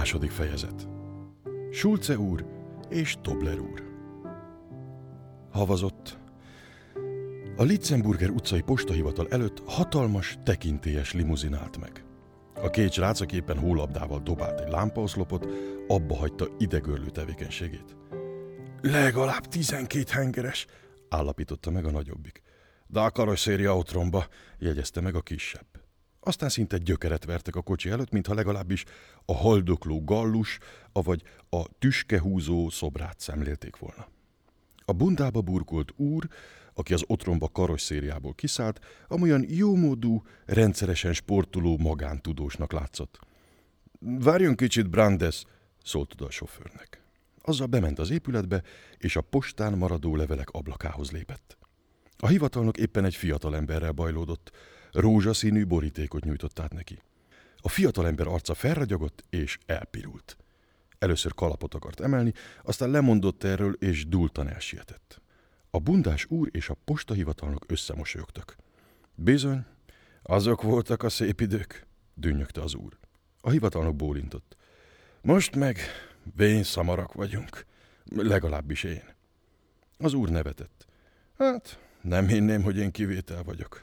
Második fejezet. Schulze úr és Tobler úr. Havazott. A Lietzenburger utcai postahivatal előtt hatalmas, tekintélyes limuzin állt meg. A két srác, aki éppen hólabdával dobált egy lámpaoszlopot, abba hagyta idegörlő tevékenységét. Legalább 12 hengeres, állapította meg a nagyobbik. De a karosszéri autromba, jegyezte meg a kisebb. Aztán szinte gyökeret vertek a kocsi előtt, mintha legalábbis a haldokló gallus, avagy a tüskehúzó szobrát szemlélték volna. A bundába burkolt úr, aki az otromba karosszériából kiszállt, amolyan jómódú, rendszeresen sportoló magántudósnak látszott. Várjon kicsit, Brandes, szólt oda a sofőrnek. Azzal bement az épületbe, és a postán maradó levelek ablakához lépett. A hivatalnok éppen egy fiatalemberrel bajlódott, rózsaszínű borítékot nyújtott át neki. A fiatalember arca felragyogott és elpirult. Először kalapot akart emelni, aztán lemondott erről és dúltan elsietett. A bundás úr és a postahivatalnok összemosolyogtak. Bizony, azok voltak a szép idők, dünnyögte az úr. A hivatalnok bólintott. Most meg vénszamarak vagyunk, legalábbis én. Az úr nevetett. Hát, nem hinném, hogy én kivétel vagyok.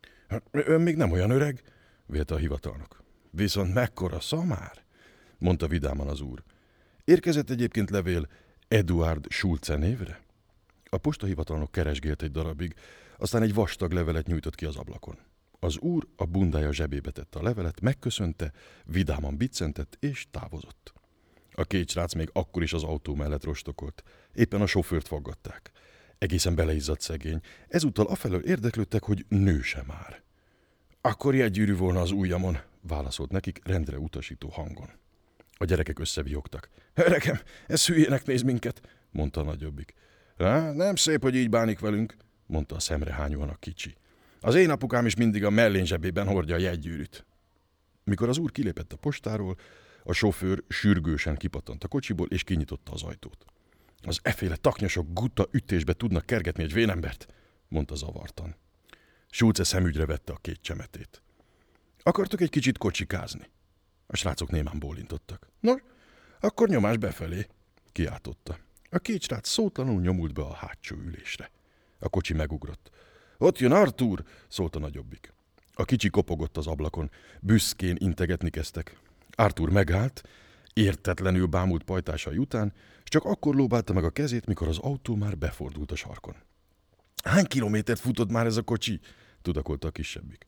Ön még nem olyan öreg, vélte a hivatalnok. Viszont mekkora szamár, mondta vidáman az úr. Érkezett egyébként levél Eduard Schulze névre? A postahivatalnok keresgélt egy darabig, aztán egy vastag levelet nyújtott ki az ablakon. Az úr a bundája zsebébe tette a levelet, megköszönte, vidáman biccentett és távozott. A két srác még akkor is az autó mellett rostokolt. Éppen a sofőrt faggatták. Egészen beleizzadt szegény. Ezúttal afelől érdeklődtek, hogy nő sem már. Akkor jegygyűrű volna az ujjamon, válaszolt nekik rendre utasító hangon. A gyerekek összevihogtak. Öregem, ez hülyének néz minket, mondta a nagyobbik. Nem szép, hogy így bánik velünk, mondta a szemrehányóan a kicsi. Az én apukám is mindig a mellén zsebében hordja a jegygyűrűt. Mikor az úr kilépett a postáról, a sofőr sürgősen kipattant a kocsiból és kinyitotta az ajtót. Az efféle taknyosok gutta ütésbe tudnak kergetni egy vénembert, mondta zavartan. Schulze szemügyre vette a két csemetét. Akartok egy kicsit kocsikázni? A srácok némán bólintottak. Nos, akkor nyomás befelé, kiáltotta. A két srác szótlanul nyomult be a hátsó ülésre. A kocsi megugrott. Ott jön Arthur, szólt a nagyobbik. A kicsi kopogott az ablakon, büszkén integetni kezdtek. Arthur megállt, értetlenül bámult pajtásai után, és csak akkor lóbálta meg a kezét, mikor az autó már befordult a sarkon. Hány kilométert futott már ez a kocsi? Tudakolta a kisebbik.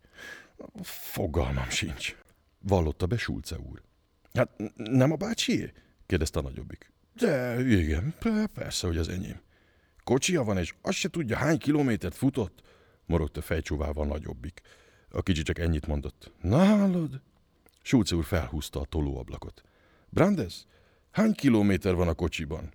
Fogalmam sincs, vallotta be Schulze úr. Hát nem a bácsié? Kérdezte a nagyobbik. De igen, persze, hogy az enyém. Kocsia van, és azt se tudja, hány kilométert futott? Morogta fejcsóvával a nagyobbik. A kicsi csak ennyit mondott. Na hallod? Schulze úr felhúzta a tolóablakot. Brandes, hány kilométer van a kocsiban?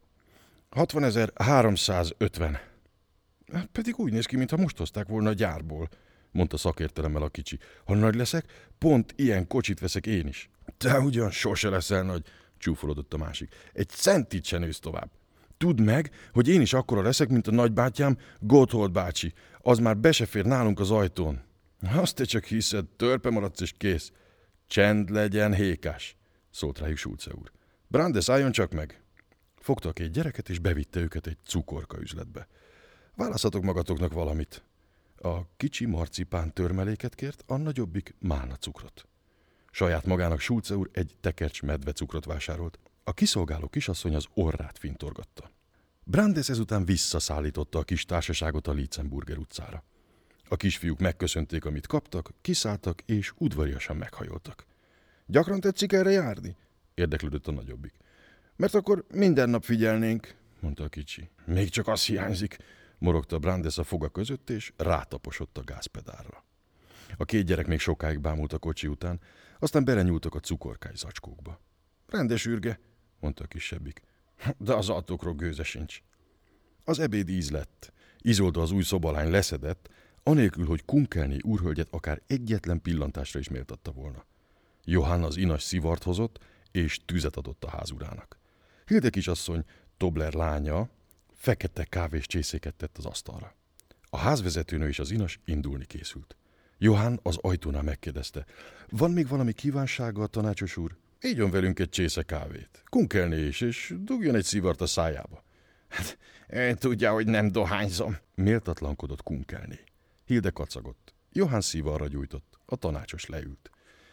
60.350. Pedig úgy néz ki, mintha most hozták volna a gyárból, mondta szakértelemmel a kicsi. Ha nagy leszek, pont ilyen kocsit veszek én is. Te ugyan sose leszel nagy, csúfolodott a másik. Egy centit se nősz tovább. Tudd meg, hogy én is akkora leszek, mint a nagybátyám, Gotthold bácsi. Az már be se fér nálunk az ajtón. Azt te csak hiszed, törpe maradsz és kész. Csend legyen, hékás, szólt rájuk Schulze úr. Brandes, álljon csak meg. Fogta a két gyereket, és bevitte őket egy cukorka üzletbe. Választhatok magatoknak valamit. A kicsi marcipán törmeléket kért, a nagyobbik málna cukrot. Saját magának Schulze úr egy tekercs medvecukrot vásárolt. A kiszolgáló kisasszony az orrát fintorgatta. Brandes ezután visszaszállította a kis társaságot a Lietzenburger utcára. A kisfiúk megköszönték, amit kaptak, kiszálltak és udvariasan meghajoltak. Gyakran tetszik erre járni? Érdeklődött a nagyobbik. Mert akkor minden nap figyelnénk, mondta a kicsi. Még csak az hiányzik, morogta Brandes a foga között, és rátaposott a gázpedálra. A két gyerek még sokáig bámult a kocsi után, aztán belenyúltak a cukorkály zacskókba. Rendes ürge, mondta a kisebbik. De az altókról gőze sincs. Az ebéd íz lett. Izolda az új szobalány leszedett, anélkül, hogy Kunkelné úrhölgyet akár egyetlen pillantásra is méltatta volna. Johann az inas szivart hozott, és tüzet adott a házurának. Hilde kisasszony, Tobler lánya, fekete kávés csészéket tett az asztalra. A házvezetőnő és az inas indulni készült. Johann az ajtónál megkérdezte. Van még valami kívánsága, tanácsos úr? Ígyon velünk egy csésze kávét. Kunkelné is, és dugjon egy szivart a szájába. Hát, ön tudja, hogy nem dohányzom. Méltatlankodott Kunkelné. Hilde kacagott. Johann szivarra gyújtott. A tanácsos leült.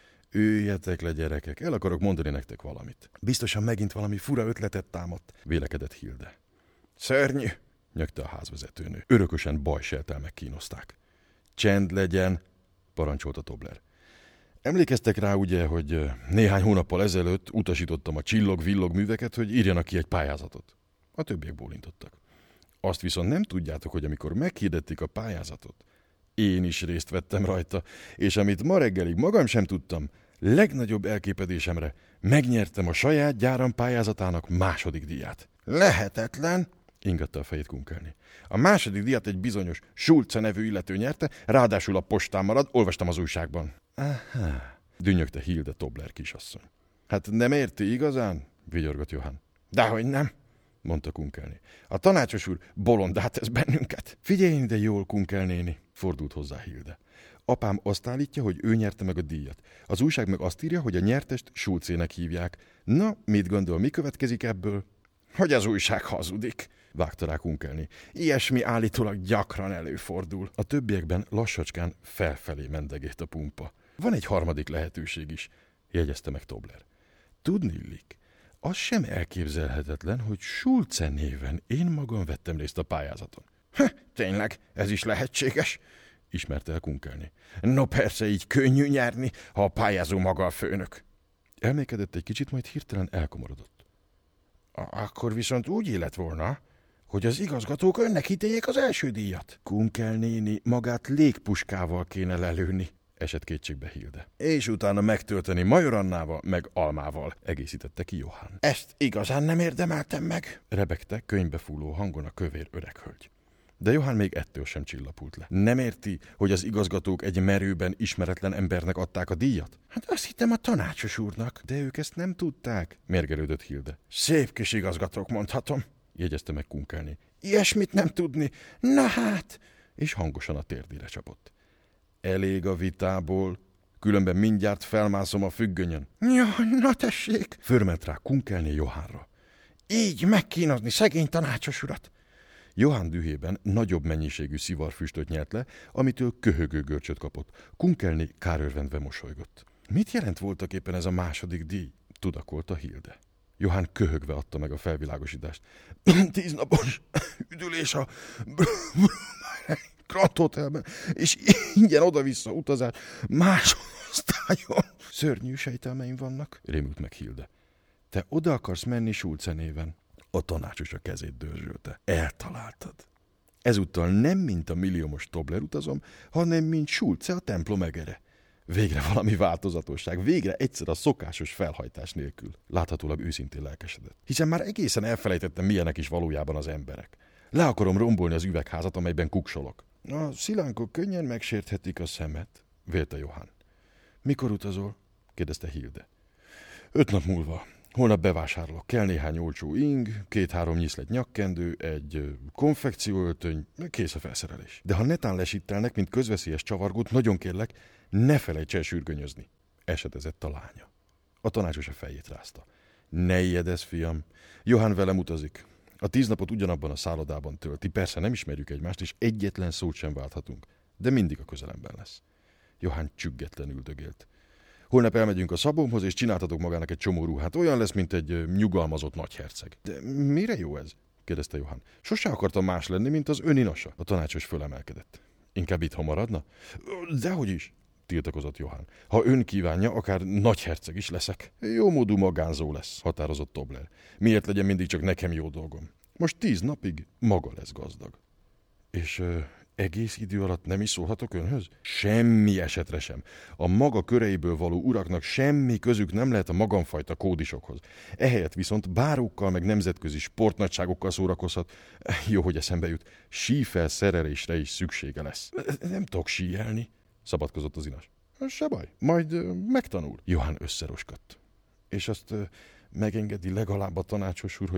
Üljetek le, gyerekek, el akarok mondani nektek valamit. Biztosan megint valami fura ötletet támadt, vélekedett Hilde. Szörnyű, nyögte a házvezetőnő. Örökösen bajsejtelmek kínozták. Csend legyen, parancsolta Tobler. Emlékeztek rá ugye, hogy néhány hónappal ezelőtt utasítottam a csillog-villog műveket, hogy írjanak ki egy pályázatot. A többiek bólintottak. Azt viszont nem tudjátok, hogy amikor meghirdették a pályázatot, én is részt vettem rajta, és amit ma reggelig magam sem tudtam, legnagyobb elképedésemre megnyertem a saját gyáram pályázatának második díját. Lehetetlen, ingatta a fejét Kunkelné. A második díjat egy bizonyos Schulze nevű illető nyerte, ráadásul a postán marad, olvastam az újságban. Aha, dünnyögte Hilde Tobler kisasszony. Hát nem érti igazán? Vigyorgott Johann. Dehogy nem, mondta Kunkelné. A tanácsos úr bolondá tesz bennünket. Figyelj ide jól, Kunkelnéni, fordult hozzá Hilde. Apám azt állítja, hogy ő nyerte meg a díjat. Az újság meg azt írja, hogy a nyertest Schulzének hívják. Na, mit gondol, mi következik ebből? Hogy az újság hazudik, vágta rá Kunkelné. Ilyesmi állítólag gyakran előfordul. A többiekben lassacskán felfelé mendegélt a pumpa. Van egy harmadik lehetőség is, jegyezte meg Tobler. Tudni illik, az sem elképzelhetetlen, hogy Schulze néven én magam vettem részt a pályázaton. Tényleg, ez is lehetséges, ismerte el Kunkelné. No persze, így könnyű nyerni, ha a pályázó maga a főnök. Elmékedett egy kicsit, majd hirtelen elkomorodott. Akkor viszont úgy élet volna, hogy az igazgatók önnek ítéljék az első díjat. Kunkelnéni, magát légpuskával kéne lelőni, esett kétségbe Hilde. És utána megtölteni Majorannával, meg almával, egészítette ki Johann. Ezt igazán nem érdemeltem meg, rebegte könyvbefúló hangon a kövér öreg hölgy. De Johann még ettől sem csillapult le. Nem érti, hogy az igazgatók egy merőben ismeretlen embernek adták a díjat? Hát azt hittem a tanácsos úrnak. De ők ezt nem tudták, mérgelődött Hilde. Szép kis igazgatók, mondhatom, jegyezte meg Kunkelné. Ilyesmit nem tudni. Na hát! És hangosan a térdére csapott. Elég a vitából, különben mindjárt felmászom a függönyön. Jaj, na tessék! Förment rá Kunkelné Johannra. Így megkínozni szegény tanácsos urat. Johann dühében nagyobb mennyiségű szivarfüstöt nyelt le, amitől köhögő görcsöt kapott. Kunkelné kárőrvendve mosolygott. Mit jelent voltak éppen ez a második díj? Tudakolta Hilde. Johann köhögve adta meg a felvilágosítást. 10 napos üdülés a Grand Hotelben, és ingyen oda-vissza utazás másodosztályon. Szörnyű sejtelmeim vannak, rémült meg Hilde. Te oda akarsz menni Schulze néven? A tanácsos a kezét dörzsölte. Eltaláltad. Ezúttal nem mint a milliómos Tobler utazom, hanem mint Schulze a templom egere. Végre valami változatosság, végre egyszer a szokásos felhajtás nélkül. Láthatólag őszintén lelkesedett. Hiszen már egészen elfelejtettem, milyenek is valójában az emberek. Le akarom rombolni az üvegházat, amelyben kuksolok. A szilánkok könnyen megsérthetik a szemet, vélte Johann. Mikor utazol? kérdezte Hilde. 5 nap múlva. Holnap bevásárolok. Kell néhány olcsó ing, 2-3 nyiszlet nyakkendő, egy konfekcióöltöny, kész a felszerelés. De ha netán lesittelnek, mint közveszélyes csavargót, nagyon kérlek, ne felejts el sürgönyözni. Esedezett a lánya. A tanácsos a fejét rázta. Ne ijedezz, fiam. Johann velem utazik. A 10 napot ugyanabban a szállodában tölti. Persze nem ismerjük egymást, és egyetlen szót sem válthatunk. De mindig a közelemben lesz. Johann csüggetlenül dögélt. Holnap elmegyünk a szabómhoz, és csináltatok magának egy csomó ruhát. Olyan lesz, mint egy nyugalmazott nagyherceg. De mire jó ez? kérdezte Johann. Sose akartam más lenni, mint az ön inasa. A tanácsos fölemelkedett. Inkább itthon maradna? Dehogy is, tiltakozott Johann. Ha ön kívánja, akár nagyherceg is leszek. Jómódú magánzó lesz, határozott Tobler. Miért legyen mindig csak nekem jó dolgom? Most 10 napig maga lesz gazdag. És egész idő alatt nem is szólhatok önhöz? Semmi esetre sem. A maga köreiből való uraknak semmi közük nem lehet a magamfajta kódisokhoz. Ehelyett viszont bárókkal meg nemzetközi sportnagyságokkal szórakozhat. Jó, hogy eszembe jut. Sífelszerelésre is szüksége lesz. Nem tudok síelni, szabadkozott az inas. Se baj, majd megtanul. Johann összeroskadt. És azt megengedi legalább a tanácsos úr, hogy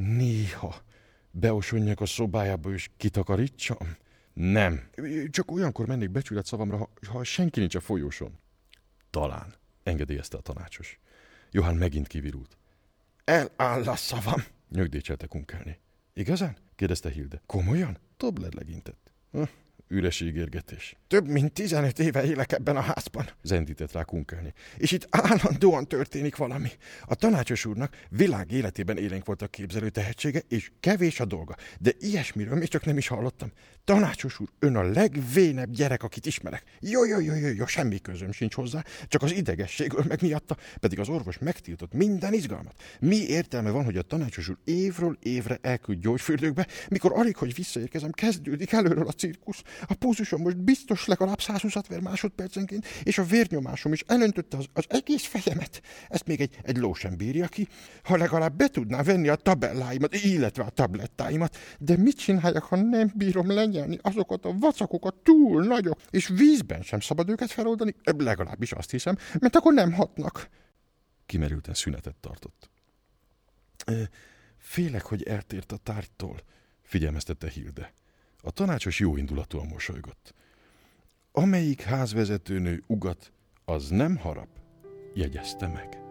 néha beosonjak a szobájába és kitakarítsam? Nem. Csak olyankor mennék becsület szavamra, ha senki nincs a folyóson. Talán, engedélyezte a tanácsos. Johann megint kivirult. Eláll a szavam. Nyögdécselte Kunkelné. Igazán? kérdezte Hilde. Komolyan? Tobler legintett. Üres ígérgetés. Több mint 15 éve élek ebben a házban. Zendített rá Kunkelné. És itt állandóan történik valami. A tanácsos úrnak világ életében élénk volt a képzelő tehetsége, és kevés a dolga. De ilyesmiről még csak nem is hallottam. Tanácsos úr, ön a legvénebb gyerek, akit ismerek. Jó, semmi közöm sincs hozzá, csak az idegességről meg miatta, pedig az orvos megtiltott minden izgalmat. Mi értelme van, hogy a tanácsos úr évről évre elküld gyógyfürdőkbe, mikor alig, hogy visszaérkezem, kezdődik előről a cirkusz. A pulzusom most biztos legalább 120 ver másodpercenként, és a vérnyomásom is elöntötte az egész fejemet. Ezt még egy ló sem bírja ki. Ha legalább be tudná venni a tabelláimat, illetve a tablettáimat, de mit csináljak, ha nem bírom lenyelni azokat a vacakokat, túl nagyok, és vízben sem szabad őket feloldani, legalábbis azt hiszem, mert akkor nem hatnak. Kimerülten szünetet tartott. Félek, hogy eltért a tárgytól, figyelmeztette Hilde. A tanácsos jóindulatúan mosolygott. Amelyik házvezetőnő ugat, az nem harap, jegyezte meg.